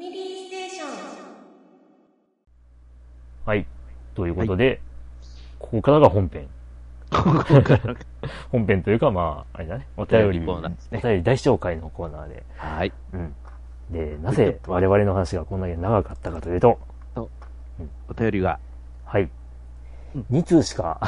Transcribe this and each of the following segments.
ステーション。 はい。ということで、ここからが本編。本編というか、まあ、あれだね。お便りコーナーですね。 お便り大紹介のコーナーで。 はい。 うん。で、なぜ我々の話がこんなに長かったかというと、 お便りが。 はい。2通しか。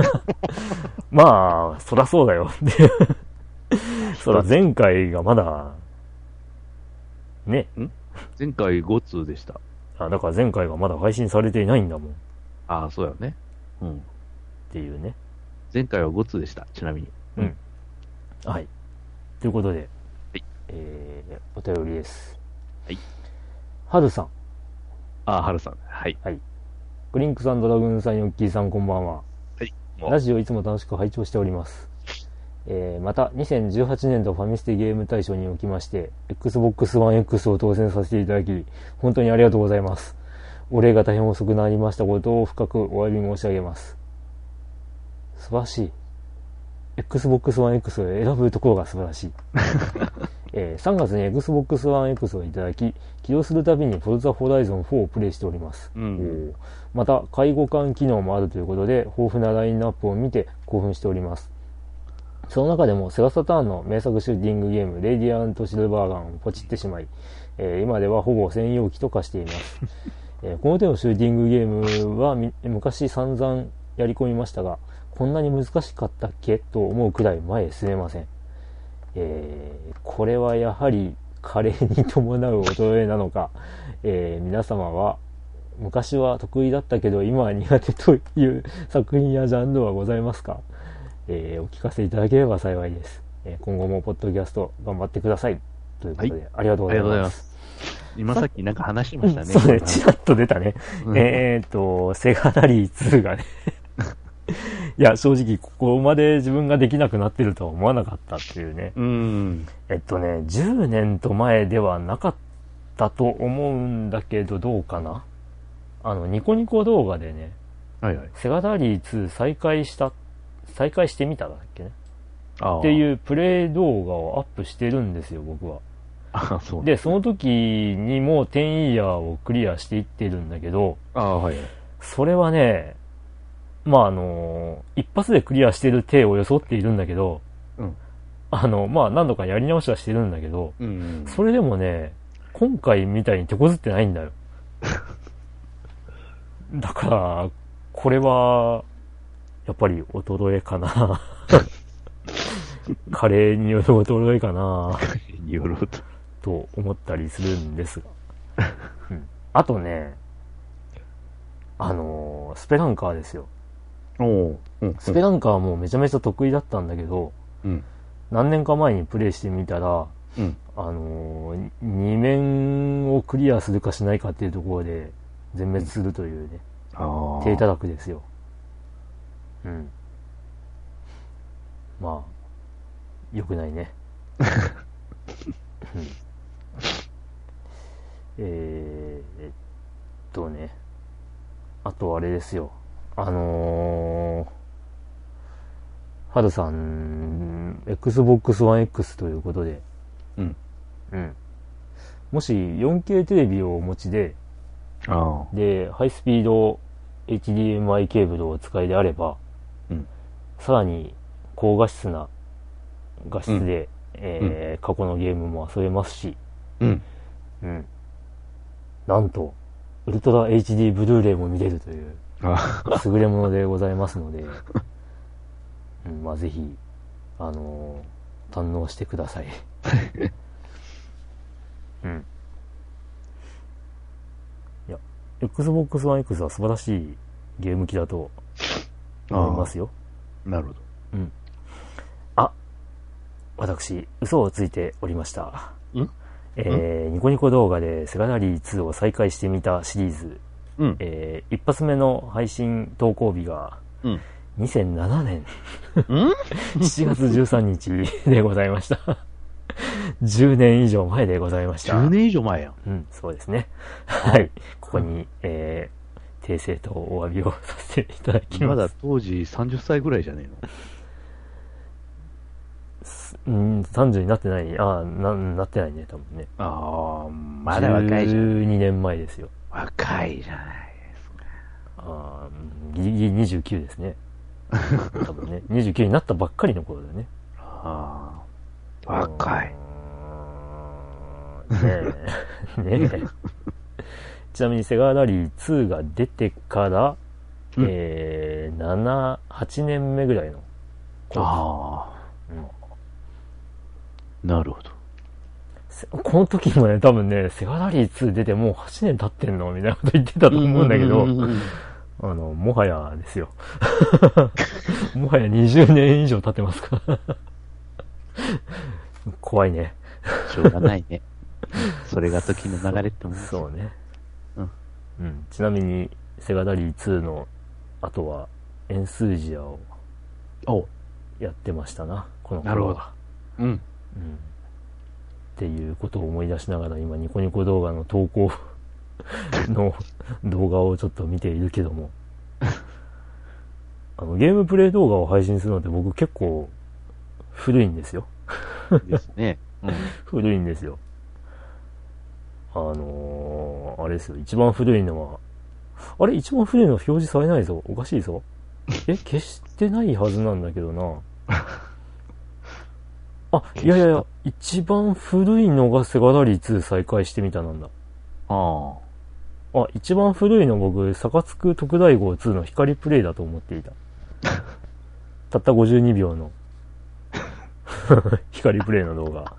まあ、そらそうだよ。そら前回がまだ、ね。 前回5通でした。 だから前回がまだ配信されていないんだもん。 ああ、そうやね。うん。 っていうね。 前回は5通でした、ちなみに。 うん。はい。ということで、 はい。 お便りです。 はい。 はるさん。 はるさん。はい。 はい。クリンクさん、ドラグーンさん、ヨッキーさん、こんばんは。 はい。 ラジオいつも楽しく拝聴しております。また、2018年度ファミステゲーム大賞におきまして、Xbox One X を当選させていただき、本当にありがとうございます。お礼が大変遅くなりましたことを深くお詫び申し上げます。素晴らしい。Xbox One X を選ぶところが素晴らしい。3月に Xbox One X をいただき、起動するたびに Forza Horizon 4をプレイしております。また、介護官機能もあるということで、豊富なラインナップを見て興奮しております。その中でもセガサターンの名作シューティングゲーム、レイディアントシルバーガンをポチってしまい、今ではほぼ専用機と化しています。この手のシューティングゲームは昔散々やり込みましたが、こんなに難しかったっけと思うくらい前へ進めません。これはやはり加齢に伴う衰えなのか、皆様は昔は得意だったけど今は苦手という作品やジャンルはございますか？お聞かせいただければ幸いです。今後もポッドキャスト頑張ってください。ということで、ありがとうございます。 今さっきなんか話しましたね。 そうね、ちらっと出たね。セガラリー2がね。いや、正直ここまで自分ができなくなってるとは思わなかったっていうね。10年と前ではなかったと思うんだけど、どうかな？ニコニコ動画でね、セガラリー2再開してみただっけね。っていうプレイ動画をアップしてるんですよ、僕は。で、その時にも10イヤーをクリアしていってるんだけど、それはね、まあ一発でクリアしてる体を装っているんだけど、まあ何度かやり直しはしてるんだけど、それでもね、今回みたいに手こずってないんだよ。だから、これは、やっぱり衰えかな。加齢による衰えかな。と思ったりするんですが。あとね、スペランカーですよ。スペランカーもめちゃめちゃ得意だったんだけど、何年か前にプレイしてみたら、2面をクリアするかしないかっていうところで全滅するというね、低たらくですよ。まあ、良くないね。あとあれですよ。はるさん、Xbox One X ということで、もし 4K テレビをお持ちで、で、ハイスピード HDMI ケーブルをお使いであれば、さらに高画質な画質で、過去のゲームも遊べますし、なんと、ウルトラ HD ブルーレイも見れるという優れものでございますので、まあぜひ、堪能してください。いや、Xbox One X は素晴らしいゲーム機だと思いますよ。 なるほど。 私、嘘をついておりました。ニコニコ動画でセガラリー2を再開してみたシリーズ、一発目の配信投稿日が、2007年7月13日でございました。10年以上前でございました。 10年以上前やん。 そうですね。はい。ここに、訂正とお詫びをさせていただきます。 まだ当時30歳ぐらいじゃねえの？ 30になってない、なってないね、多分ね。 ああ、まだ若いじゃん。 12年前ですよ。 若いじゃないですか。 ギリギリ29ですね。多分ね、29になったばっかりの頃だよね。 ああ、若い。 ねえ。ねえ。ちなみにセガラリー2が出てから、7、8年目ぐらいの頃。 ああ、なるほど。 この時もね、多分ね、セガラリー2出てもう8年経ってんのみたいなこと言ってたと思うんだけど、もはやですよ。もはや20年以上経ってますから。怖いね。 しょうがないね。それが時の流れってもんですよ。 そうね。ちなみに、セガラリー2の後は、エンスージアをやってましたな、この頃は。っていうことを思い出しながら今ニコニコ動画の投稿の動画をちょっと見ているけどもゲームプレイ動画を配信するのって僕結構古いんですよですね、 古いんですよ。あれですよ、一番古いのは一番古いのは表示されないぞ、おかしいぞ消してないはずなんだけどないや、一番古いのがセガラリー2再開してみたなんだ。一番古いの僕、サカツク特大号2の光プレイだと思っていた。たった52秒の光プレイの動画。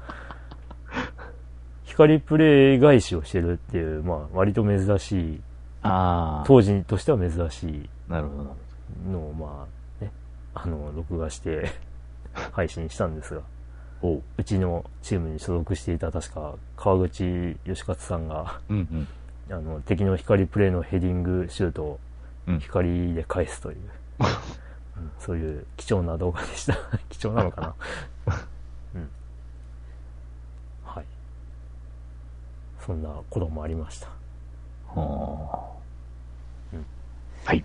光プレイ返しをしてるっていう、割と珍しい、当時としては珍しいのを、録画して配信したんですが、うちのチームに所属していた確か川口義勝さんが、敵の光プレイのヘディングシュートを光で返すという、そういう貴重な動画でした貴重なのかなはい、そんな頃もありました。 はい。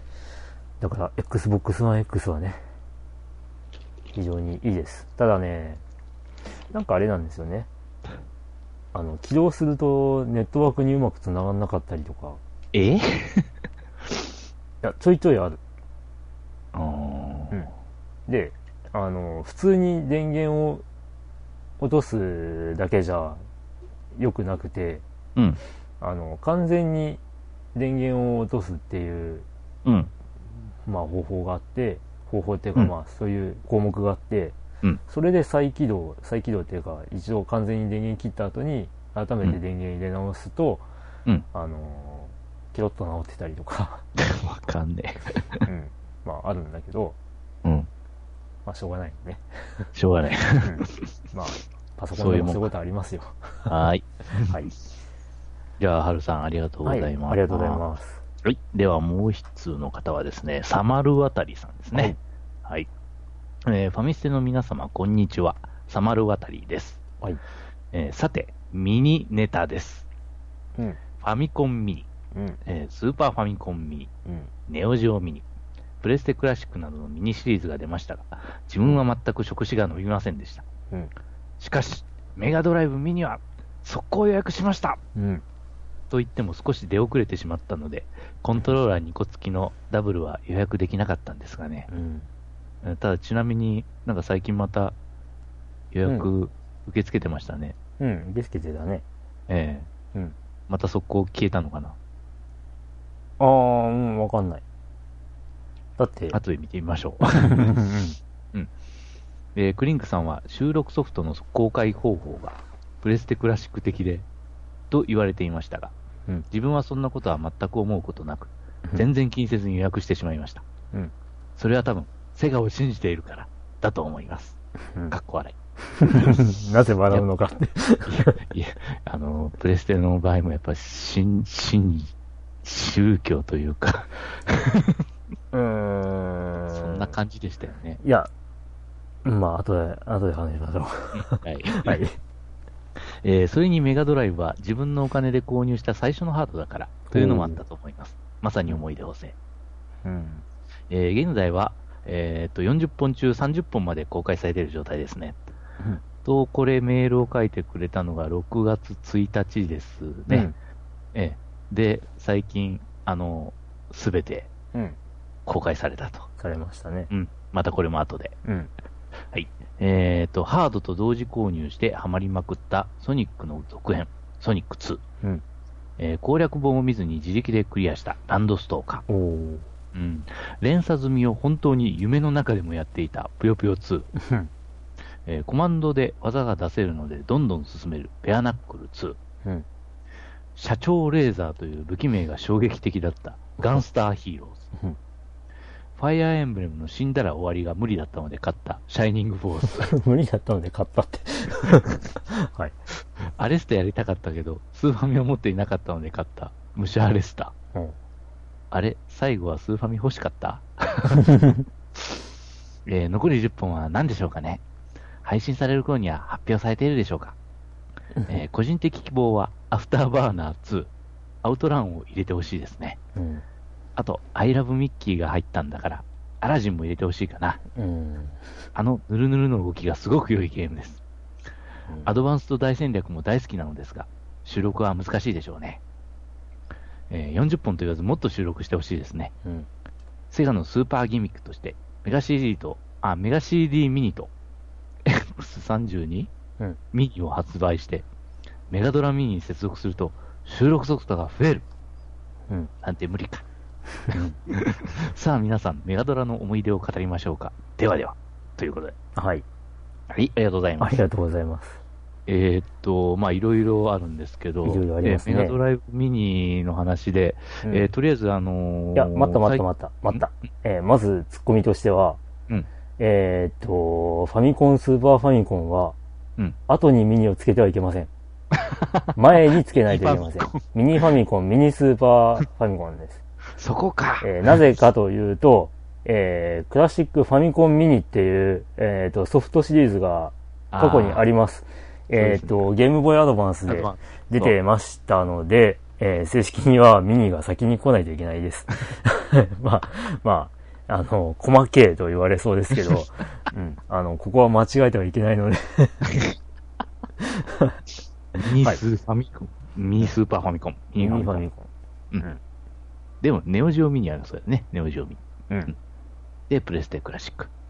だから Xbox One X はね非常にいいです。ただね、なんかあれなんですよね。起動するとネットワークにうまく繋がんなかったりとか。いや、ちょいちょいある。で、普通に電源を落とすだけじゃ良くなくて、完全に電源を落とすっていう、方法があって、方法っていうかそういう項目があって、それで再起動っていうか、一度完全に電源切った後に改めて電源入れ直すと、ケロッと直ってたりとかわかんねえあるんだけど、しょうがないねしょうがないパソコンでもそういうことありますよはい。じゃあ、はるさんありがとうございます。 ありがとうございます。 はい。ではもう一通の方はですね、サマルワタリさんですね。はい。ファミステの皆様、こんにちは。サマルワタリです。さて、ミニネタです。ファミコンミニ、スーパーファミコンミニ、ネオジオミニ、プレステクラシックなどのミニシリーズが出ましたが、自分は全く触手が伸びませんでした。しかし、メガドライブミニは速攻予約しました、と言っても少し出遅れてしまったので、コントローラー2個付きのダブルは予約できなかったんですがね。ただちなみになんか最近また予約受け付けてましたね。 受け付けてたね。 また速攻消えたのかな。 わかんない。だって後で見てみましょう。クリンクさんは収録ソフトの公開方法がプレステクラシック的でと言われていましたが、自分はそんなことは全く思うことなく、全然気にせずに予約してしまいました。それは多分セガを信じているからだと思います。かっこ笑い。なぜ笑うのかって。 いや、プレステの場合もやっぱ宗教というかそんな感じでしたよね。 いや、後で話しましょう。はい。 それにメガドライブは自分のお金で購入した最初のハードだからというのもあったと思います。まさに思い出補正。現在は、40本中30本まで公開されている状態ですね。 と、これメールを書いてくれたのが6月1日ですね。で、最近、すべて公開されたと。 されましたね。 またこれも後で。はい。ハードと同時購入してハマりまくったソニックの続編、ソニック2。攻略本を見ずに自力でクリアしたランドストーカー。連鎖済みを本当に夢の中でもやっていたぷよぷよ2。コマンドで技が出せるのでどんどん進めるペアナックル2。社長レーザーという武器名が衝撃的だったガンスターヒーローズ。ファイアーエンブレムの死んだら終わりが無理だったので勝ったシャイニングフォース。 無理だったので勝ったって。はい。 アレスタやりたかったけど、スーファミを持っていなかったので勝ったムシャアレスタ。あれ最後はスーファミ欲しかった残り10本は何でしょうかね。配信される頃には発表されているでしょうか。個人的希望はアフターバーナー2、アウトランを入れてほしいですね。あと、アイラブミッキーが入ったんだから、アラジンも入れてほしいかな。ヌルヌルの動きがすごく良いゲームです。アドバンスト大戦略も大好きなのですが、収録は難しいでしょうね。40本と言わずもっと収録してほしいですね。セガのスーパーギミックとして、メガ CD ミニと X32、ミニを発売して、メガドラミニに接続すると収録速度が増える。なんて無理か。さあ皆さん、メガドラの思い出を語りましょうか。ではでは。ということで。 はい。 はい、ありがとうございます。 ありがとうございます。 まあ、いろいろあるんですけど、 いろいろありますね。 メガドライブミニの話で、とりあえずいや、 待った。まず、ツッコミとしては、ファミコン、スーパーファミコンは、後にミニをつけてはいけません。前につけないといけません。ミニファミコン、ミニスーパーファミコンです。 そこか。 なぜかというと、クラシックファミコンミニっていう、ソフトシリーズが過去にあります。ゲームボーイアドバンスで出てましたので、正式にはミニが先に来ないといけないです。まあ、細けと言われそうですけど、ここは間違えてはいけないので。 ミニスーパーファミコン。ミニスーパーファミコン。 ミニファミコン。でも、ネオジオミニあるそうだね。ネオジオミニ。で、プレステクラシック。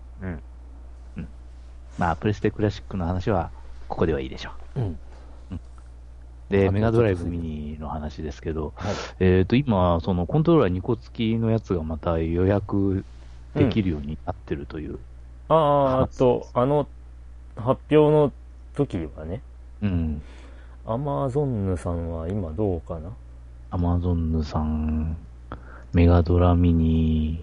まあ、プレステクラシックの話は、ここではいいでしょう。で、メガドライブミニの話ですけど、今、そのコントローラー2個付きのやつがまた予約できるようになってるという。 発表の時はね。アマゾンヌさんは今どうかな？ アマゾンヌさん、メガドラミニ。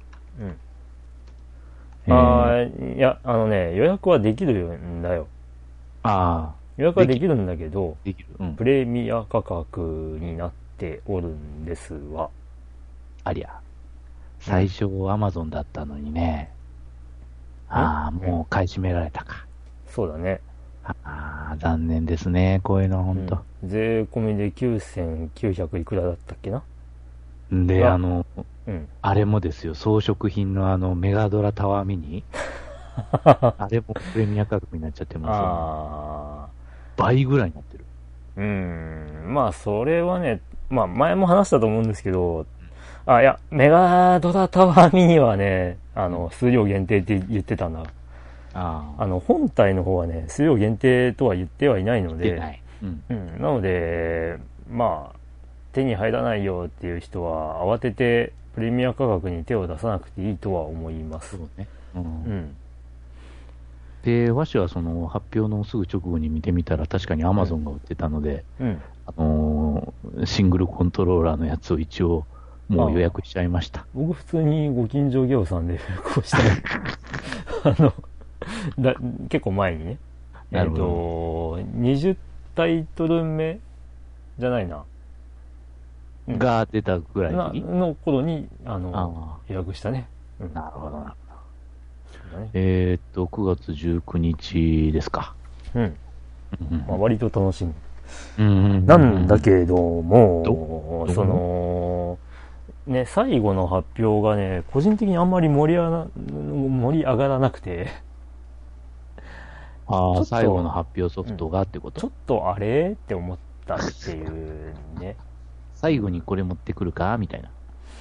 いや、予約はできるんだよ。予約はできるんだけど、プレミア価格になっておるんですわ。 ありゃ。最初、アマゾンだったのにね。もう買い占められたか。 そうだね。 残念ですね。こういうのはほんと。 税込みで9900いくらだったっけな。 で、あれもですよ、装飾品のメガドラタワーミニあれもプレミア価格になっちゃってますよ、倍ぐらいになってる。 まあ、それはね、まあ、前も話したと思うんですけど、いや、メガドラタワーミニはね、数量限定って言ってたんだ。本体の方はね、数量限定とは言ってはいないので、なので、まあ、手に入らないよっていう人は慌ててプレミア価格に手を出さなくていいとは思います。 で、和紙はその発表のすぐ直後に見てみたら確かに Amazon が売ってたので、シングルコントローラーのやつを一応もう予約しちゃいました。 僕普通にご近所業さんで予約をした結構前にね、20タイトル目じゃないな。 が出たぐらいの頃に、予約したね。 なるほど、なるほど。9月19日ですか。 割と楽しみ。なんだけども、ね、最後の発表がね、個人的にあんまり盛り上がらなくて、 ああ、最後の発表ソフトがってこと、 ちょっとあれって思ったっていうね。 最後にこれ持ってくるかみたいな。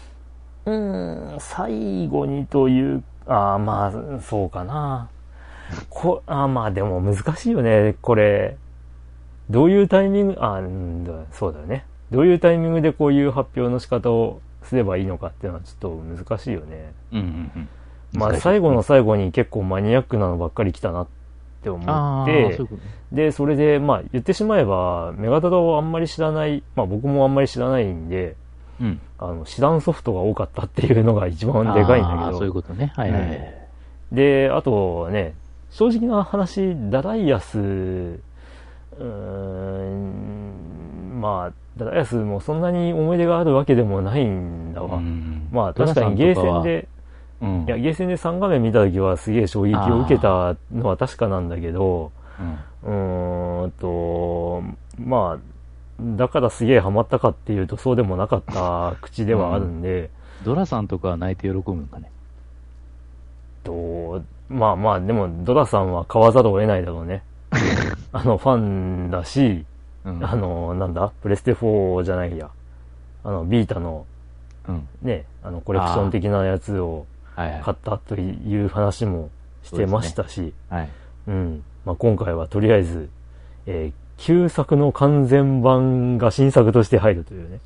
最後にという、まあ、そうかな。まあでも難しいよね、これ。どういうタイミング、そうだよね。どういうタイミングでこういう発表の仕方をすればいいのかっていうのはちょっと難しいよね。まあ最後の最後に結構マニアックなのばっかり来たなって思って、で、それでまあ言ってしまえばメガドラをあんまり知らない、まあ僕もあんまり知らないんで、知らんソフトが多かったっていうのが一番でかいんだけど。 そういうことね。はいはい。 で、あとね、正直な話、ダライアス、まあ、ダライアスもそんなに思い出があるわけでもないんだわ。まあ確かにゲーセンで、ゲーセンで3画面見た時はすげえ衝撃を受けたのは確かなんだけど、まあ、だからすげえハマったかっていうとそうでもなかった口ではあるんで、 ドラさんとかは泣いて喜ぶんかね。 まあまあ、でもドラさんは買わざるを得ないだろうね。ファンだし、なんだプレステ4じゃないや。ビータの、ね、コレクション的なやつを買ったという話もしてましたし、まあ今回はとりあえず、旧作の完全版が新作として入るというね。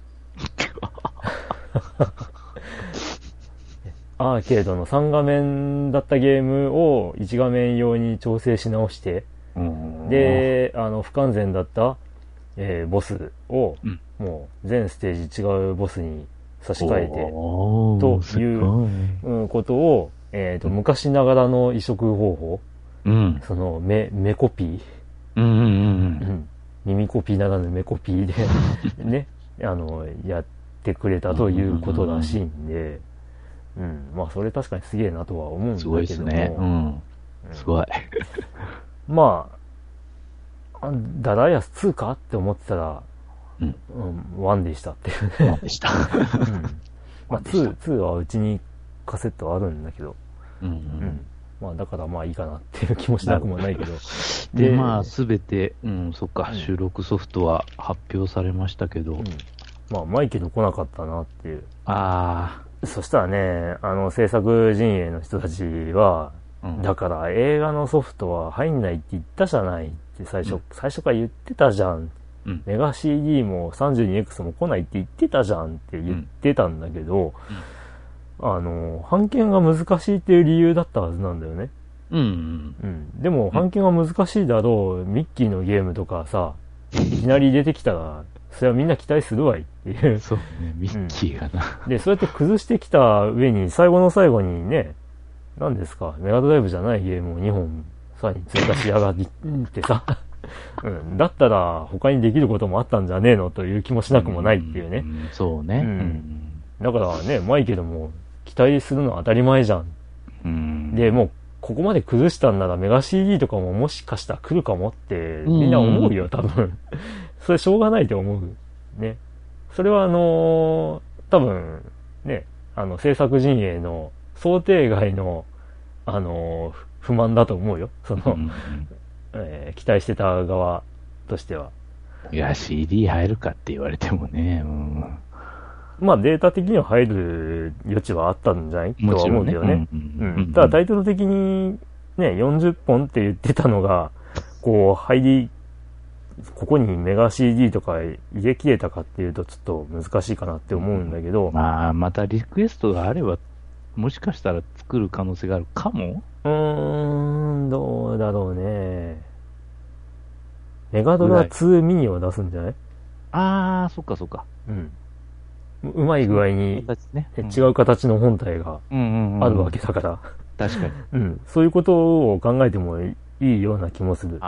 アーケードの3画面だったゲームを1画面用に調整し直して、で、不完全だった、ボスを、もう全ステージ違うボスに差し替えて、という、ことを、昔ながらの移植方法、その目コピー、耳コピーならぬ目コピーで、ね、やってくれたということらしいんで、まあそれ確かにすげえなとは思うんだけども。すごいですね。 すごい。 まあ、ダライアス2かって思ってたら、1でしたっていうね。 1でした。 まあ2はうちにカセットあるんだけど、まあだからまあいいかなっていう気もしなくもないけど。 で、まあすべて、そっか、収録ソフトは発表されましたけど。 まあマイケル来なかったなっていう。そしたらね、制作陣営の人たちは、だから映画のソフトは入んないって言ったじゃないって最初から言ってたじゃん。メガ CD も 32X も来ないって言ってたじゃんって言ってたんだけど、版権が難しいっていう理由だったはずなんだよね。でも版権は難しいだろう、ミッキーのゲームとかさ、いきなり出てきたら、それはみんな期待するわいっていう。 そうね、ミッキーがな。 で、そうやって崩してきた上に、最後の最後にね、何ですか、メガドライブじゃないゲームを2本さらに追加しやがってさ、だったら他にできることもあったんじゃねえのという気もしなくもないっていうね。 そうね。 だからね、マイケルも期待するのは当たり前じゃん。で、もうここまで崩したんならメガ CD とかももしかしたら来るかもってみんな思うよ、多分。それしょうがないと思う。ね。それは多分、ね、制作陣営の想定外の、不満だと思うよ。期待してた側としては。 いや、CD 入るかって言われてもね。 まあデータ的には入る余地はあったんじゃないとは思うけどね。ただタイトル的にね、40本って言ってたのが、こうここにメガ CD とか入れ切れたかっていうとちょっと難しいかなって思うんだけど。 まあ、またリクエストがあれば、もしかしたら作る可能性があるかも？ どうだろうね。メガドラ2ミニを出すんじゃない？ そっかそっか。 うまい具合に違う形の本体があるわけだから。 確かに。 そういうことを考えてもいいような気もする。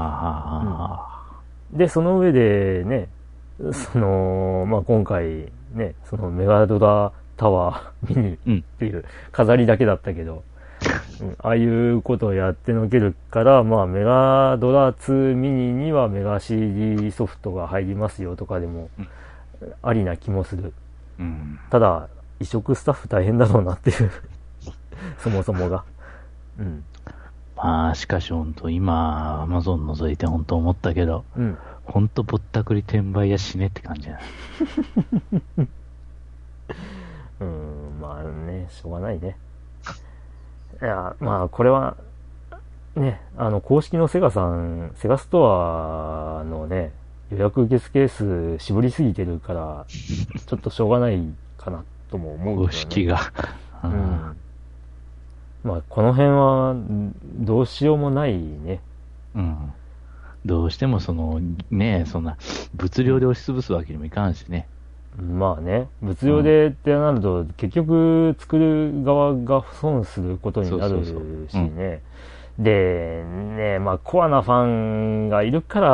で、その上でね、まあ、今回ね、そのメガドラタワーミニっていう飾りだけだったけど、ああいうことをやってのけるから、まあ、メガドラ2ミニにはメガ CD ソフトが入りますよとかでもありな気もする。ただ、移植スタッフ大変だろうなっていう、そもそもが。 まあ、しかし本当、今、アマゾン覗いて本当思ったけど、 うん。 本当ぼったくり転売や死ねって感じじゃない。 まあね、しょうがないね。いや、まあ、これは、ね、公式のセガストアのね、予約受付数絞りすぎてるから、ちょっとしょうがないかなとも思うけどね。 公式が。 うん。まあ、この辺は、どうしようもないね。 うん。どうしてもそんな、物量で押しつぶすわけにもいかんしね。 まあね、物量でってなると、結局作る側が損することになるしね。で、ね、まあコアなファンがいるから、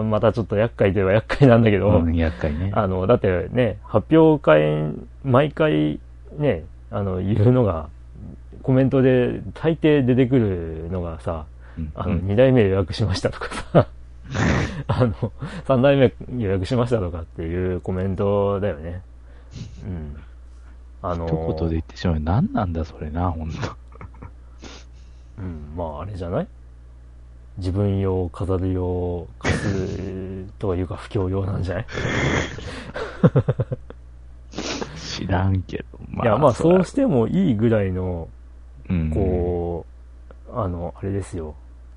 またちょっと厄介といえば厄介なんだけど、 厄介ね。 だってね、発表会、毎回ね、言うのが、コメントで大抵出てくるのがさ、2代目予約しましたとかさ、3代目予約しましたとかっていうコメントだよね。うん。 一言で言ってしまう。何なんだそれな、ほんと。 うん、まああれじゃない？自分用、飾る用、貸すというか不況用なんじゃない？ 知らんけど。 いや、まあそうしてもいいぐらいの、こう、あれですよ。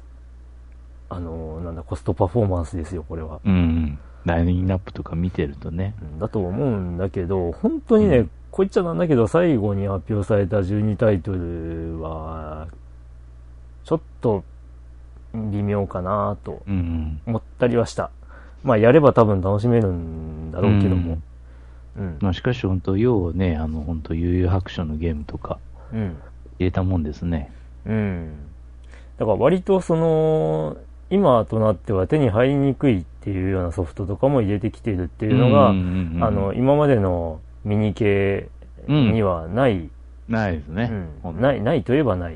なんだ、コストパフォーマンスですよ、これは。 ラインナップとか見てるとね。 だと思うんだけど、本当にね、こう言っちゃなんだけど、最後に発表された12タイトルは、ちょっと微妙かなと思ったりはした。まあ、やれば多分楽しめるんだろうけども。 まあ、しかし本当、ようね、本当、悠々白書のゲームとか、入れたもんですね。 だから割とその、今となっては手に入りにくいっていうようなソフトとかも入れてきてるっていうのが、今までのミニ系にはない。 ないですね。 ないといえばない。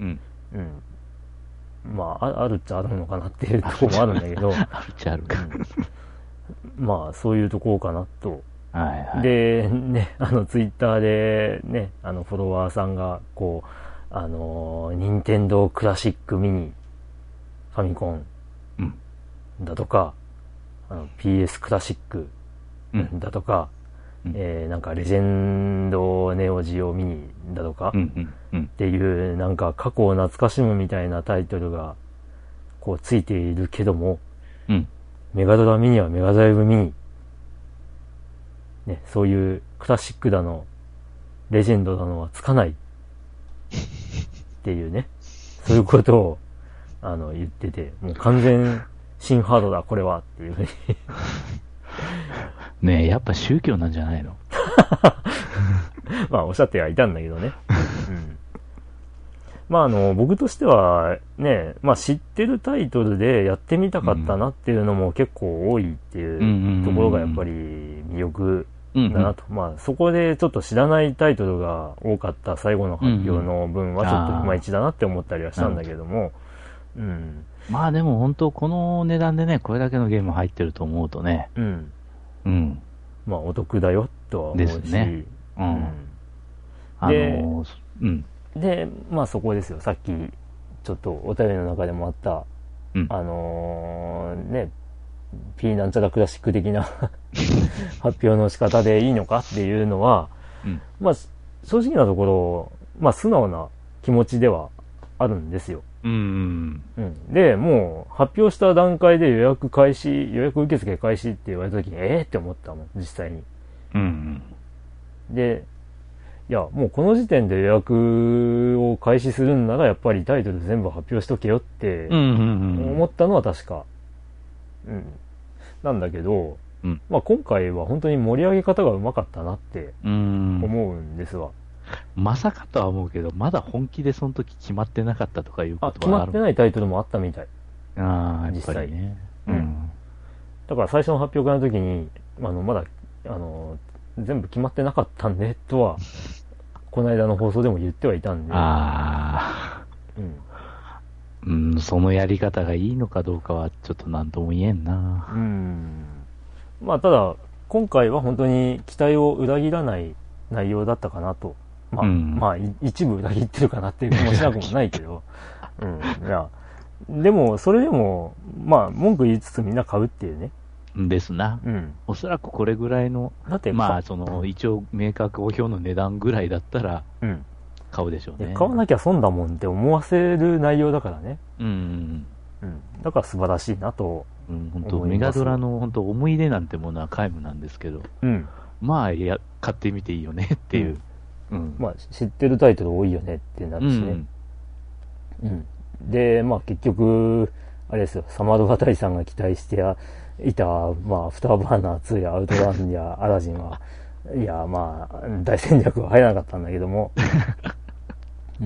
まあ、あるっちゃあるのかなっていうところもあるんだけど。 あるっちゃある。 まあ、そういうところかなと。で、ね、ツイッターでね、フォロワーさんが、こう、任天堂クラシックミニ、ファミコンだとか、PS クラシックだとか、なんかレジェンドネオジオミニだとか、っていうなんか過去を懐かしむみたいなタイトルがこうついているけども、メガドラミニはメガドライブミニ、ね、そういうクラシックだの、レジェンドだのはつかないっていうね、そういうことを言ってて、もう完全新ハードだこれはっていうふうにねえ、やっぱ宗教なんじゃないの？ まあおっしゃってはいたんだけどね。まあ僕としてはね、まあ知ってるタイトルでやってみたかったなっていうのも結構多いっていうところがやっぱり魅力だなと。まあそこでちょっと知らないタイトルが多かった最後の発表の分はちょっといまいちだなって思ったりはしたんだけども、 まあでも本当この値段でね、これだけのゲーム入ってると思うとね、 まあお得だよとは思うし、 ですね。 で、まあそこですよ。さっきちょっとお便りの中でもあった、ね、P なんちゃらクラシック的な発表の仕方でいいのかっていうのは、まあ正直なところ、まあ素直な気持ちではあるんですよ。で、もう発表した段階で予約受付開始って言われた時に、って思ったもん、実際に。で、いや、もうこの時点で予約を開始するんなら、やっぱりタイトル全部発表しとけよって思ったのは確か。なんだけど、まあ今回は本当に盛り上げ方がうまかったなって思うんですわ。 まさかとは思うけど、まだ本気でその時決まってなかったとかいうことはある？ 決まってないタイトルもあったみたい。 実際ね。 だから最初の発表会の時に、まだ、全部決まってなかったんで、とは、この間の放送でも言ってはいたんで。 そのやり方がいいのかどうかはちょっと何とも言えんな。 まあただ、今回は本当に期待を裏切らない内容だったかなと。まあ、一部裏切ってるかなっていう気もしなくもないけど。 うん。いや、でも、それでも、まあ、文句言いつつみんな買うっていうね。 ですな。 うん。 おそらくこれぐらいの、 だってまあ、一応メーカー公表の値段ぐらいだったら、 うん。 買うでしょうね。 買わなきゃ損だもんって思わせる内容だからね。 うん。 うん。だから素晴らしいなと。 うん、本当メガドラの本当思い出なんてものは皆無なんですけど、 うん。 まあ買ってみていいよねっていう。 うん。まあ、知ってるタイトル多いよねってなるしね。うん。で、まあ結局、あれですよ、サマード・バタリさんが期待していた、まあ、アフターバーナー2やアウトランやアラジンは、いや、まあ、大戦略は入らなかったんだけども、うん。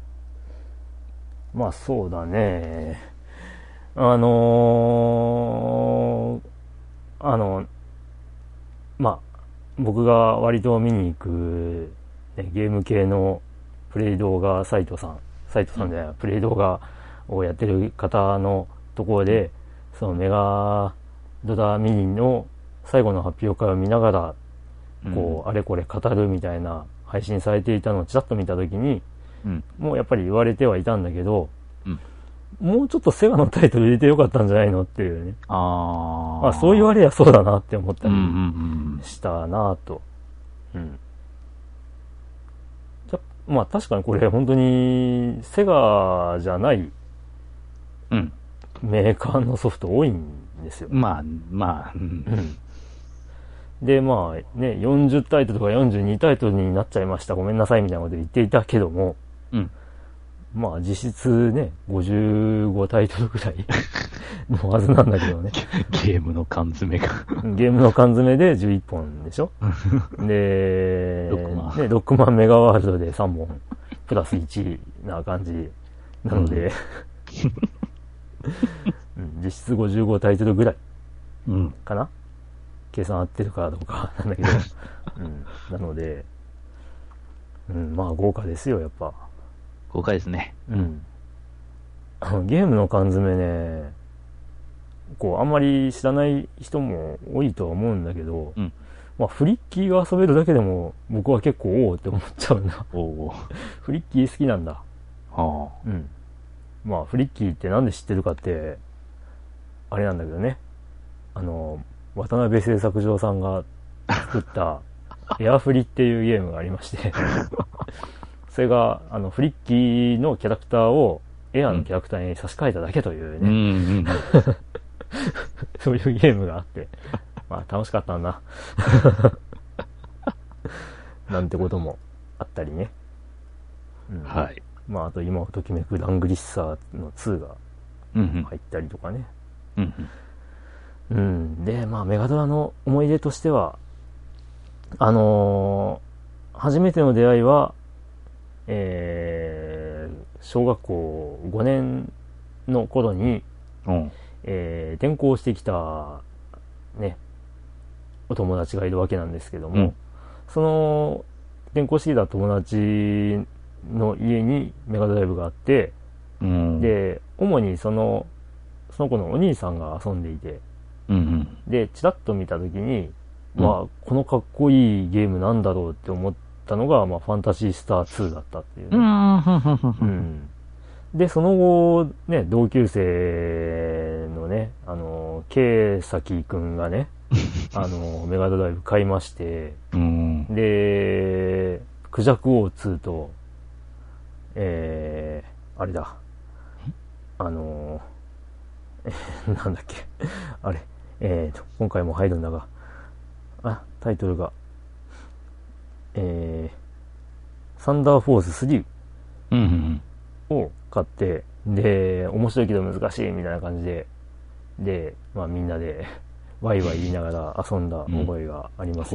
まあ、そうだね。まあ、僕が割と見に行く、ね、ゲーム系のプレイ動画サイトさんじゃない、プレイ動画をやってる方のところで、そのメガドラミニの最後の発表会を見ながら、こう、あれこれ語るみたいな配信されていたのをちらっと見たときに、もうやっぱり言われてはいたんだけど、もうちょっとセガのタイトル入れてよかったんじゃないのっていうね。あ、そう言われりゃそうだなって思ったりしたなと。うん。まあ確かにこれ本当にセガじゃないメーカーのソフト多いんですよ。 まあ、 で、まあね、40タイトルとか42タイトルになっちゃいました。ごめんなさいみたいなこと言っていたけども、まあ実質ね、55タイトルぐらいのはずなんだけどね。 ゲームの缶詰が。 ゲームの缶詰で11本でしょで、6万メガワールドで3本、プラス1な感じなので、実質55タイトルぐらいかな、計算合ってるかどうかなんだけど、なので、まあ豪華ですよ、やっぱ。 豪華ですね。 ゲームの缶詰ね、こう、あんまり知らない人も多いとは思うんだけど、まあ、フリッキーが遊べるだけでも、僕は結構、おおって思っちゃうんだ。フリッキー好きなんだ。まあ、フリッキーってなんで知ってるかって、あれなんだけどね。渡辺製作所さんが作った、エアフリっていうゲームがありましてそれが、フリッキーのキャラクターを、エアのキャラクターに差し替えただけというね。そういうゲームがあって、まあ楽しかったんだ。なんてこともあったりね。 はい。 まああと今をときめくラングリッサーの2が入ったりとかね。で、まあメガドラの思い出としては、初めての出会いは、小学校5年の頃に、転校してきたね、お友達がいるわけなんですけども、その転校してきた友達の家にメガドライブがあって、で、主にその子のお兄さんが遊んでいて、で、チラッと見たときに、まあ、このかっこいいゲームなんだろうって思ったのが、まあ、ファンタジースター2だったっていうね。で、その後、ね、同級生のね、ケイサキくんがね、メガドライブ買いまして、で、クジャク王2と、あれだ、なんだっけ、あれ、今回も入るんだが、タイトルが、サンダーフォース3を買って、で、面白いけど難しいみたいな感じで、まあみんなでワイワイ言いながら遊んだ覚えがあります。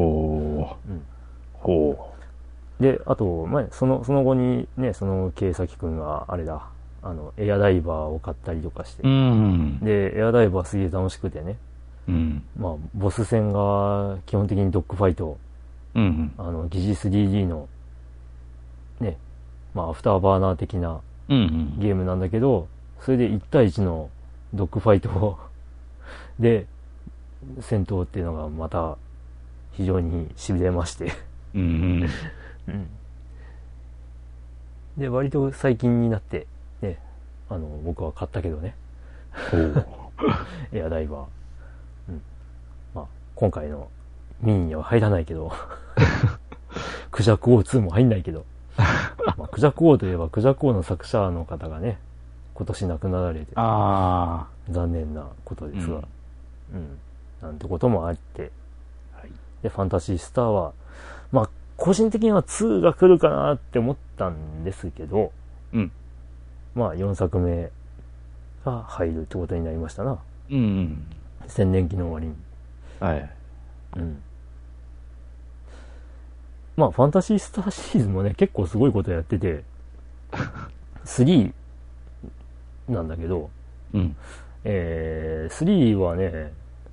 で、あと、まあ、その後にね、そのケイサキくんがあれだ、エアダイバーを買ったりとかして、で、エアダイバーすげえ楽しくてね、まあ、ボス戦が基本的にドッグファイト、疑似 3D の、ね、まあ、アフターバーナー的なゲームなんだけど、それで1対1のドッグファイトで、戦闘っていうのがまた、非常に痺れましてで、割と最近になって、ね、 僕は買ったけどね。エアダイバー。うん。まあ、今回のミニには入らないけど、クジャク王2も入んないけど、まあ、クジャク王といえば、クジャク王の作者の方がね、今年亡くなられて、残念なことですが、なんてこともあって、はい、で、ファンタシースターは、まあ、個人的には2が来るかなって思ったんですけど、まあ、4作目が入るってことになりましたな。千年期の終わりに。はい。まあ、ファンタシースターシリーズもね、結構すごいことやってて、3なんだけど、3はね、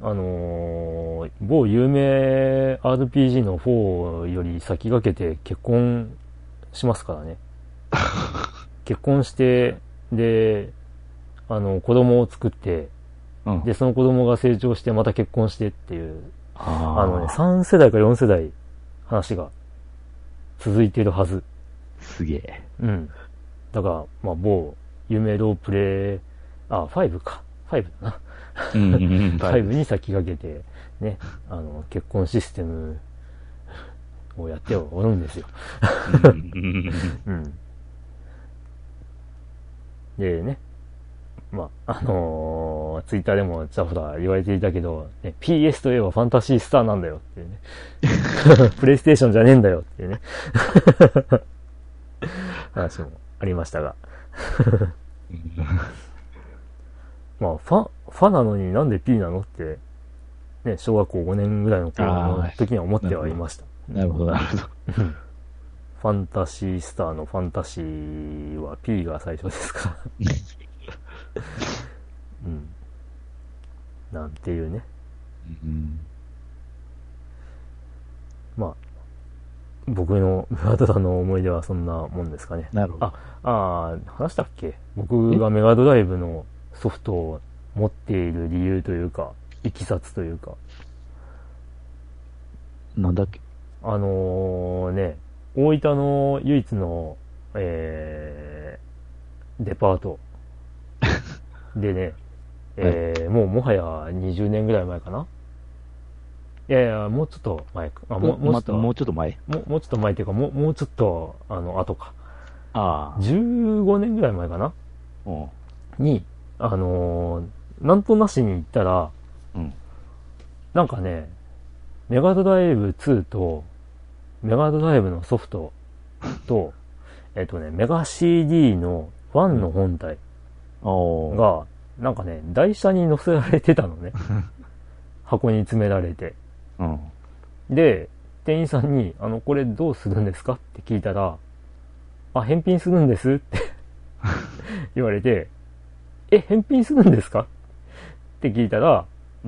某有名 RPG の4より先駆けて結婚しますからね。結婚して、で、子供を作って、で、その子供が成長してまた結婚してっていう、3世代か4世代話が続いているはず。 すげえ。 だから、まあ、某有名ロープレイ、5か。5だな。5に先駆けて、ね、結婚システムをやっておるんですよ。でね、まあ、ツイッターでもちゃほら言われていたけど、ね、PS といえばファンタシースターなんだよっていうね。プレイステーションじゃねえんだよっていうね。話もありましたが。まあ、ファなのになんで P なのって、ね、小学校5年ぐらいの頃の時には思ってはいました。 なるほど、なるほど。 ファンタシースターのファンタシーは P が最初ですから。なんていうね。まあ、僕のメガドラの思い出はそんなもんですかね。 なるほど。 話したっけ？僕がメガドライブのソフトを持っている理由というか、いきさつというか。 なんだっけ？ 大分の唯一の、デパートでね、もはや20年ぐらい前かな。いやいや、もうちょっと前か。もうちょっと前もうちょっと前っていうか、もうちょっと、後か。15年ぐらい前かな。に、なんとなしに行ったら、なんかね、メガドライブ2と、メガドライブのソフトと、メガ CD の1の本体が、なんかね、台車に載せられてたのね。箱に詰められて。で、店員さんに、これどうするんですかって聞いたら、返品するんですって言われて、返品するんですかって聞いたら、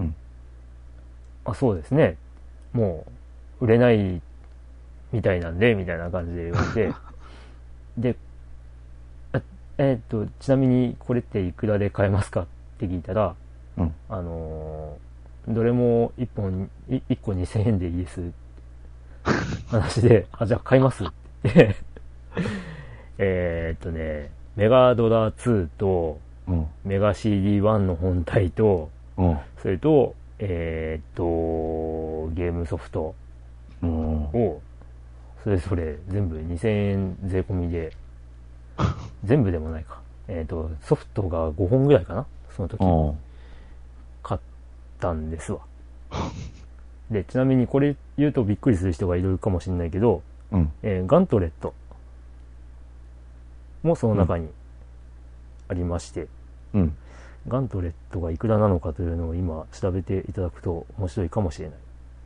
そうですね。もう、売れないみたいなんで、みたいな感じで言われて、で、ちなみにこれっていくらで買えますかって聞いたら、どれも1個2000円でいいです話で、じゃあ買いますってメガドラ2と、メガ CD1 の本体と、それと、ゲームソフトを、それぞれ全部2000円税込みで、全部でもないか。ソフトが5本ぐらいかなその時。買ったんですわ。で、ちなみにこれ言うとびっくりする人がいるかもしれないけど、ガントレットもその中にありまして、ガントレットがいくらなのかというのを今調べていただくと面白いかもしれない。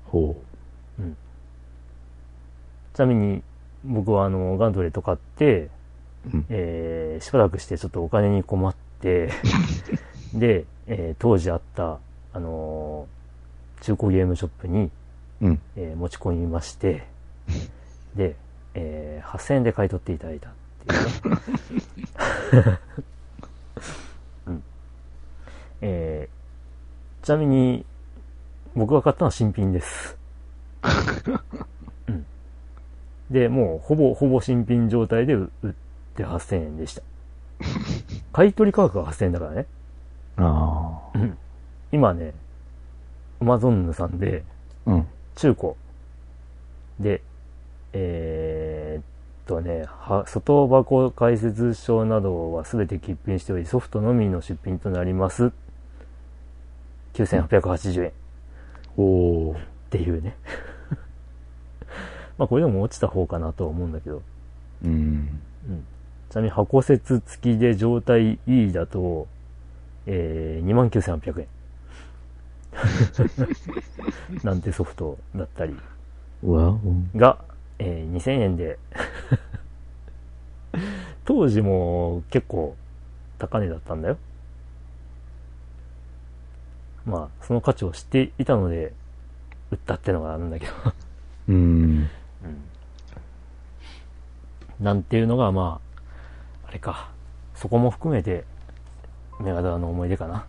ちなみに僕はガントレット買って、しばらくしてちょっとお金に困ってで、当時あった中古ゲームショップに、持ち込みましてで、8000円で買い取っていただいたっていうね、ちなみに僕が買ったのは新品ですでもうほぼ新品状態で売って8000円でした買い取り価格が8000円だからね。 ああ。 今ね、Amazon さんで、中古で、外箱解説書などはすべて欠品しており、ソフトのみの出品となります。9880円。 おー。 っていうね。まあこれでも落ちた方かなとは思うんだけど。ちなみに箱説付きで状態いいだと、29,800円。なんてソフトだったり。が、2000円で。当時も結構高値だったんだよ。まあ、その価値を知っていたので、売ったってのがあるんだけど。なんていうのが、まあ、あれか。そこも含めて、メガドラの思い出かな。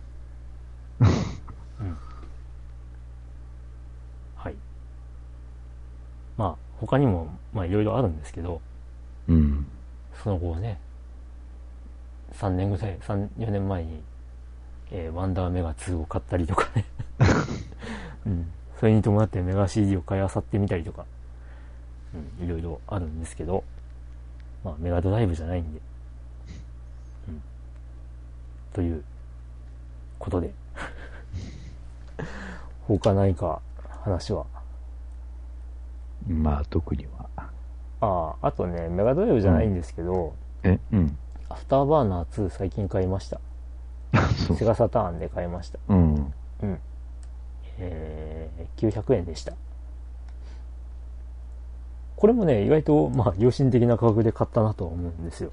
はい。まあ、他にも、まあ、いろいろあるんですけど、その後ね、3年ぐらい、4年前に、ワンダーメガ2を買ったりとかね。それに伴ってメガ CD を買い漁ってみたりとか、いろいろあるんですけど、まあ、メガドライブじゃないんで、ということで、他ないか、話は。 まあ、特には。 あとね、メガドライブじゃないんですけど、アフターバーナー2最近買いました。セガサターンで買いました。900円でした。これもね、意外と、まあ、良心的な価格で買ったなとは思うんですよ。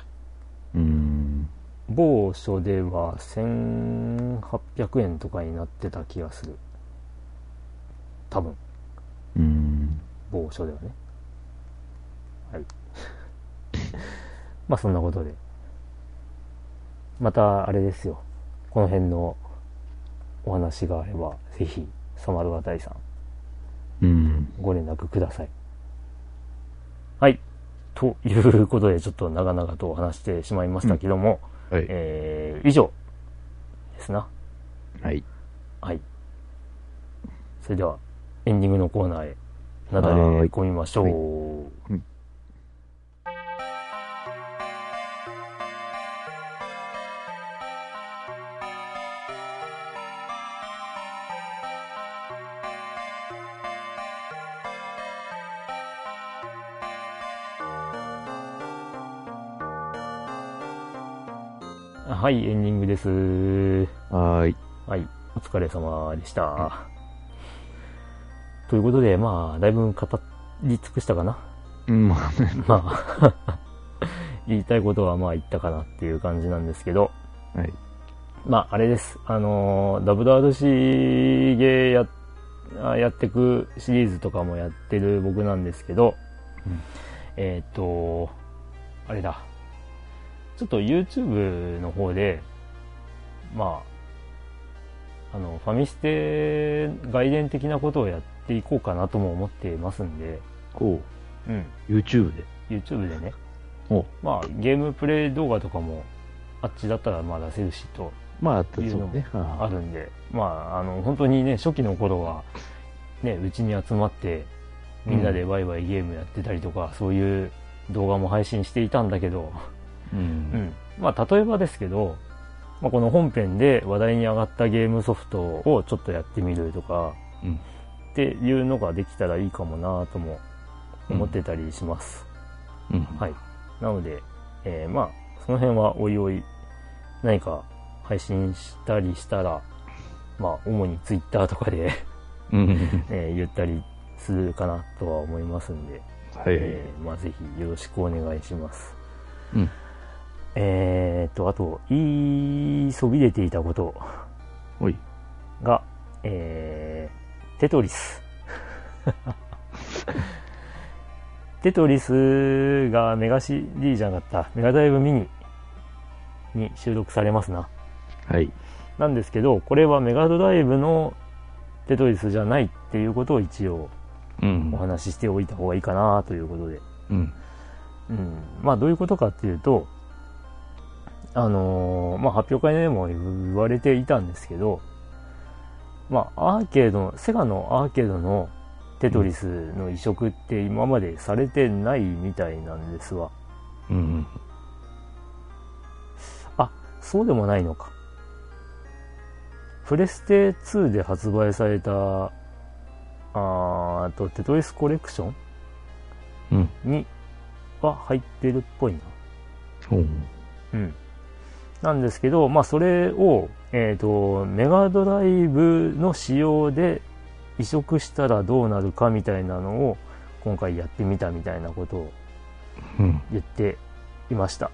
某所では1800円とかになってた気がする。多分。某所ではね。はい。まあ、そんなことで。また、あれですよ。この辺のお話があれば、ぜひ、サマルワタイさん、ご連絡ください。はい。ということで、ちょっと長々と話してしまいましたけども、以上ですな。はい。それでは、エンディングのコーナーへ、なだれ込みましょう。はい、エンディングです。はい、お疲れ様でした。ということで、まあ、だいぶ語り尽くしたかな。まあ、言いたいことはまあ言ったかなっていう感じなんですけど、まあ、あれです。WRC ゲーやってくシリーズとかもやってる僕なんですけど、あれだ。ちょっと YouTube の方で、まあ、ファミステ外伝的なことをやっていこうかなとも思っていますんで。 YouTube で ?YouTube でね。まあ、ゲームプレイ動画とかも、あっちだったらまあ出せるしと。まあ、いうのもあるんで。まあ、本当にね、初期の頃は、ね、うちに集まって、みんなでワイワイゲームやってたりとか、そういう動画も配信していたんだけど、まあ、例えばですけど、まあ、この本編で話題に上がったゲームソフトをちょっとやってみるとか、っていうのができたらいいかもなとも思ってたりします。はい。なので、まあ、その辺はおいおい何か配信したりしたら、まあ、主に Twitter とかで言ったりするかなとは思いますんで、まあ、ぜひよろしくお願いします。あと、言いそびれていたことが、テトリス。テトリスがメガ CD じゃなかった、メガドライブミニに収録されますな。なんですけど、これはメガドライブのテトリスじゃないっていうことを一応お話ししておいた方がいいかなということで。まあどういうことかっていうと、 まあ、発表会でも言われていたんですけど、まあ、セガのアーケードのテトリスの移植って今までされてないみたいなんですわ。 うん。 あ、そうでもないのか。プレステ2で発売された、テトリスコレクションには入ってるっぽいな。うん。なんですけど、まあ、それを、メガドライブの仕様で移植したらどうなるかみたいなのを今回やってみたみたいなことを言っていました。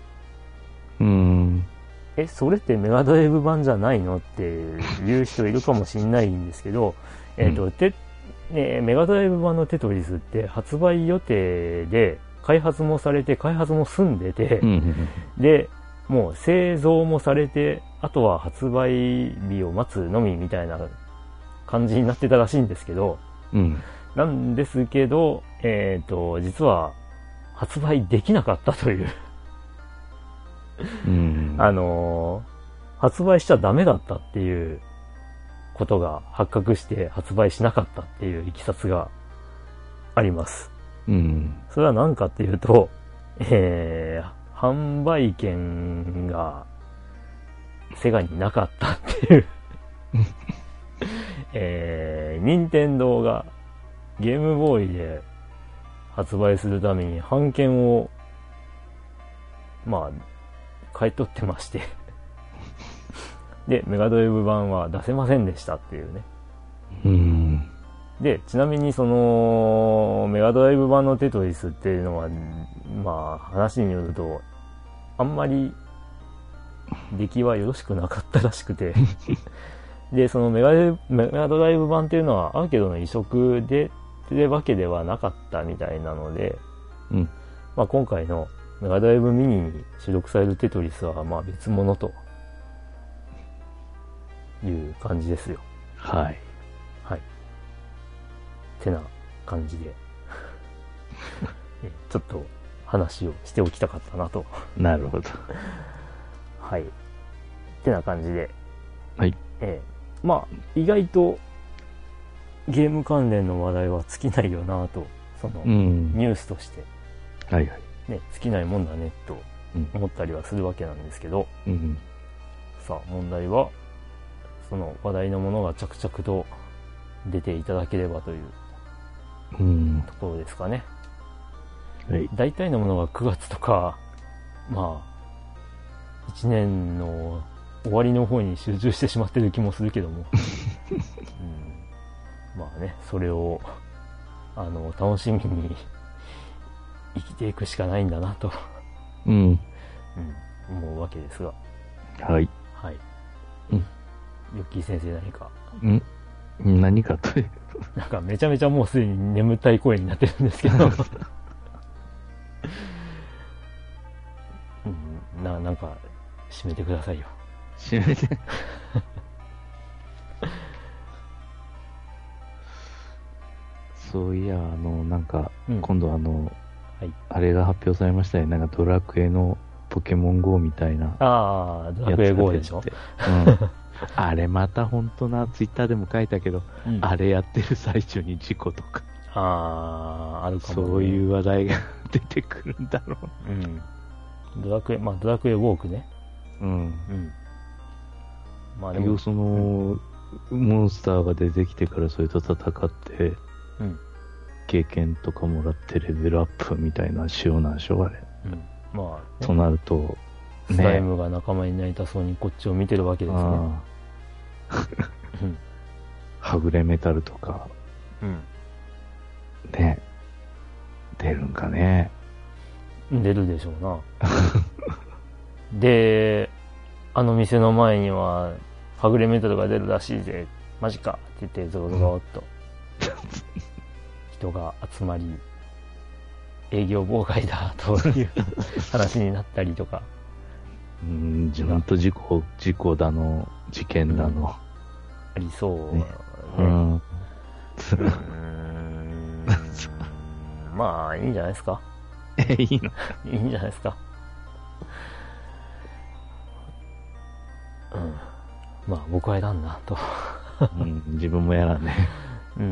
それってメガドライブ版じゃないのっていう人いるかもしれないんですけど、メガドライブ版のテトリスって発売予定で開発もされて開発も済んでて、でもう製造もされて、あとは発売日を待つのみみたいな感じになってたらしいんですけど、なんですけど、実は発売できなかったという発売しちゃダメだったっていうことが発覚して発売しなかったっていういきさつがあります。それは何かっていうと、販売権がセガになかったっていう任天堂がゲームボーイで発売するために版権をまあ買い取ってましてでメガドライブ版は出せませんでしたっていうね。でちなみにそのメガドライブ版のテトリスっていうのはまあ話によるとあんまり出来はよろしくなかったらしくてでそのメガドライブ版っていうのはアーケードの移植でってわけではなかったみたいなので、まあ、今回のメガドライブミニに収録されるテトリスはまあ別物という感じですよ。 はい。 はい。てな感じでちょっと話をしておきたかったなと。 なるほど。 はい。ってな感じで。 はい。 まあ、意外とゲーム関連の話題は尽きないよなと、その、ニュースとして。 はいはい。 ね、尽きないもんだねと思ったりはするわけなんですけど、さあ、問題は、その話題のものが着々と出ていただければというところですかね。大体のものが9月とか、まあ、1年の終わりの方に集中してしまってる気もするけども、まあね、それを楽しみに生きていくしかないんだなと、思うわけですが。 はい。 はい。ヨッキー先生何か。 何かというと。なんかめちゃめちゃもうすでに眠たい声になってるんですけど。なんか、締めてくださいよ。 締めてそういや、なんか、今度あれが発表されましたね。なんかドラクエのポケモン GO みたいな。 ドラクエ GO でしょ。 あれまた本当な、ツイッターでも書いたけど、あれやってる最中に事故とか。 あるかも、ね。 そういう話題が出てくるんだろう。 ドラクエウォークね。まあでも、 その、モンスターが出てきてからそれと戦って、経験とかもらってレベルアップみたいな仕様なんでしょ、あれ。 まあ、ね、 となると、 スライムが仲間になりたそうにこっちを見てるわけですね。 はぐれメタルとか、ね、出るんかね。 出るでしょうな。で、あの店の前には、はぐれメタルが出るらしいぜ。マジかって言って、ゾロゾロっと、人が集まり、営業妨害だという話になったりとか。 自分と事故だの、事件だの。 ありそうね。まあ、いいんじゃないですか。 いいのいいんじゃないですか。 まあ僕は選んだと。 うん、自分もやらんね。 うん。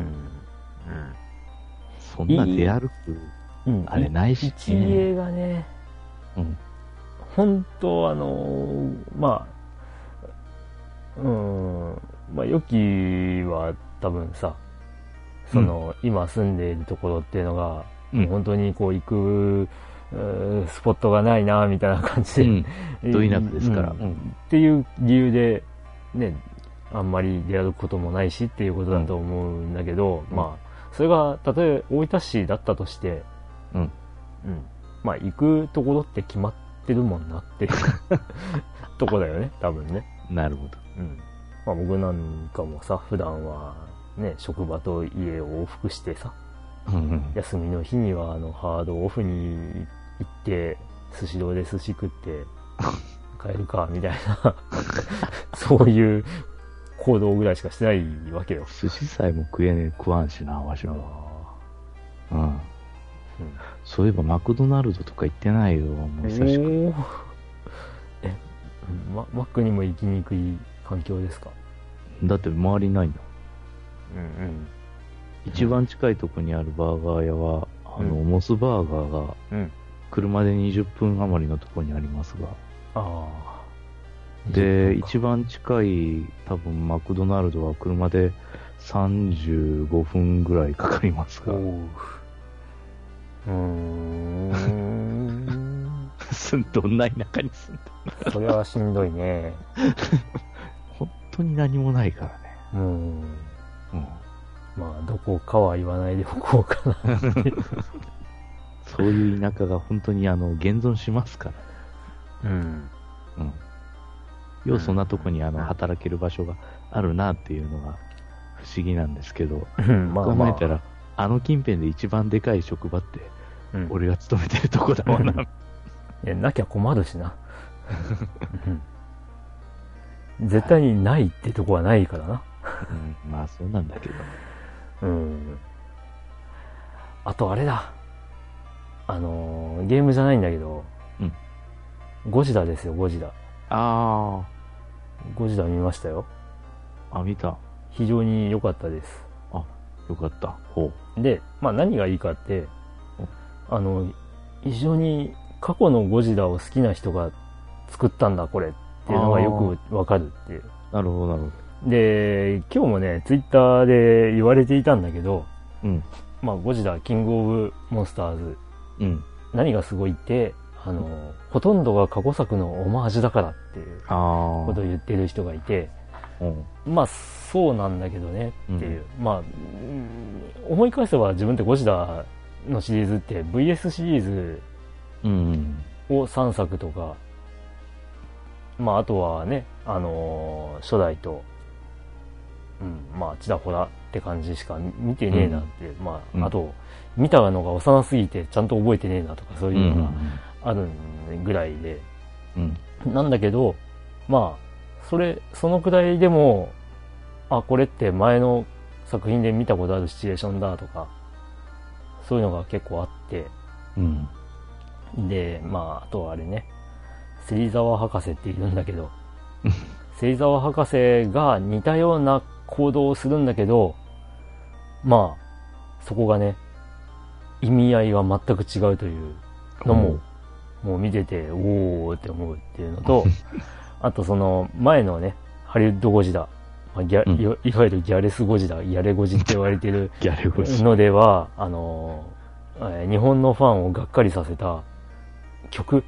そんな出歩く、あれないし、ね。 一映がね、本当まあ良きは多分さ、今住んでいるところっていうのが、本当にこう行くスポットがないなみたいな感じで、ど田舎ですから、 っていう理由でね、あんまり出歩くこともないしっていうことだと思うんだけど、まあそれがたとえ大分市だったとして、まあ行くところって決まってるもんなっていうとこだよね、多分ね。 なるほど。 まあ僕なんかもさ、普段はね、職場と家を往復してさ、休みの日にはハードオフに行って寿司堂で寿司食って帰るかみたいなそういう行動ぐらいしかしてないわけよ。 寿司さえも食わんしな、わしは。そういえばマクドナルドとか行ってないよ、もう久しく。 マックにも行きにくい環境ですか？ だって周りないんだ。一番近いとこにあるバーガー屋は、モスバーガーが、車で20分余りのとこにありますが。で、一番近い、多分マクドナルドは車で35分ぐらいかかりますが。どんな田舎に住んでるそれはしんどいね。 本当に何もないからね。 まあ、どこかは言わないでおこうかな。 そういう田舎が本当に現存しますから。ようそんなとこに働ける場所があるなっていうのが不思議なんですけど、考えたら、近辺で一番でかい職場って、俺が勤めてるとこだもんな。 いや、なきゃ困るしな。絶対にないってとこはないからな。 まあそうなんだけど。 あとあれだ。ゲームじゃないんだけど、ゴジラですよ、ゴジラ。ゴジラ見ましたよ。 見た。 非常に良かったです。 良かった。 で、まあ何がいいかって、非常に過去のゴジラを好きな人が作ったんだ、これっていうのがよくわかるっていう。 なるほど、なるほど。 で、今日もね、ツイッターで言われていたんだけど、まあ、ゴジラ、キングオブモンスターズ、何がすごいって、ほとんどが過去作のオマージュだからっていうことを言ってる人がいて、まあ、そうなんだけどねっていう。まあ、思い返せば自分ってゴジラのシリーズって VS シリーズを3作とか、まあ、あとはね、初代と、まあ、ちらほらって感じしか見てねえなって、まあ、あと、見たのが幼すぎてちゃんと覚えてねえなとか、そういうのがあるぐらいで、なんだけど、まあ、そのくらいでも、これって前の作品で見たことあるシチュエーションだとか、そういうのが結構あって、で、まあ、あとはあれね、芹沢博士っているんだけど、芹沢博士が似たような行動をするんだけど、まあ、そこがね、意味合いが全く違うというのも、もう見てて、おーって思うっていうのと、あとその前のね、ハリウッドゴジラ、いわゆるギャレスゴジラ、ギャレゴジって言われてるのでは、日本のファンをがっかりさせた曲、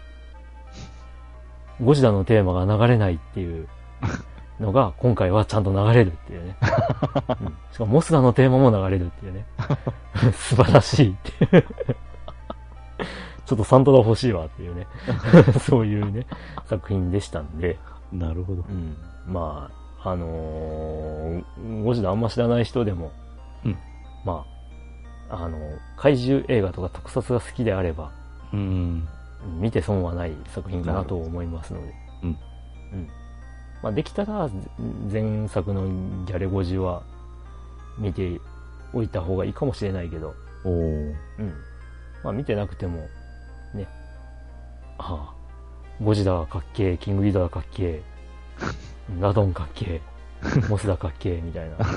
ゴジラのテーマが流れないっていうのが今回はちゃんと流れるっていうね。しかもモスラのテーマも流れるっていうね。素晴らしいっていう。ちょっとサントラ欲しいわっていうね。そういうね、作品でしたんで。 なるほど。 まあ、ゴジラあんま知らない人でも、まあ、怪獣映画とか特撮が好きであれば、見て損はない作品かなと思いますので。まあ、できたら前作のギャレゴジは見ておいた方がいいかもしれないけど、まあ見てなくてもね、ゴジラがかっけー、キングギドラかっけラドンかっけー、モスダかっけーみたいな、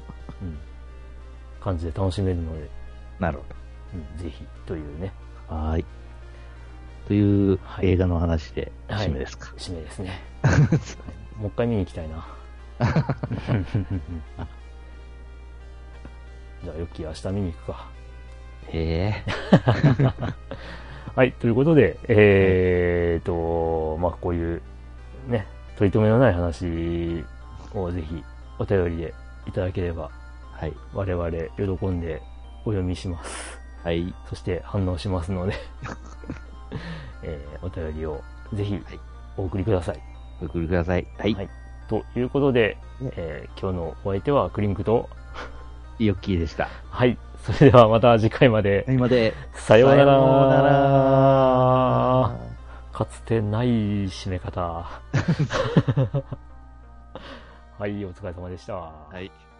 感じで楽しめるので。 なるほど。ぜひ、というね。 はい。という映画の話で締めですか。 締めですね。もう一回見に行きたいな。じゃあ、よき明日見に行くか。はい、ということで、こういう、ね、取り留めのない話をぜひお便りでいただければ、 はい。 我々喜んでお読みします。 はい。 そして反応しますので、お便りをぜひお送りください。 お送りください。はい。 ということで、今日のお相手はクリンクとヨッキーでした。 はい。それではまた次回まで。さようなら。かつてない締め方。はい、お疲れ様でした。 はい。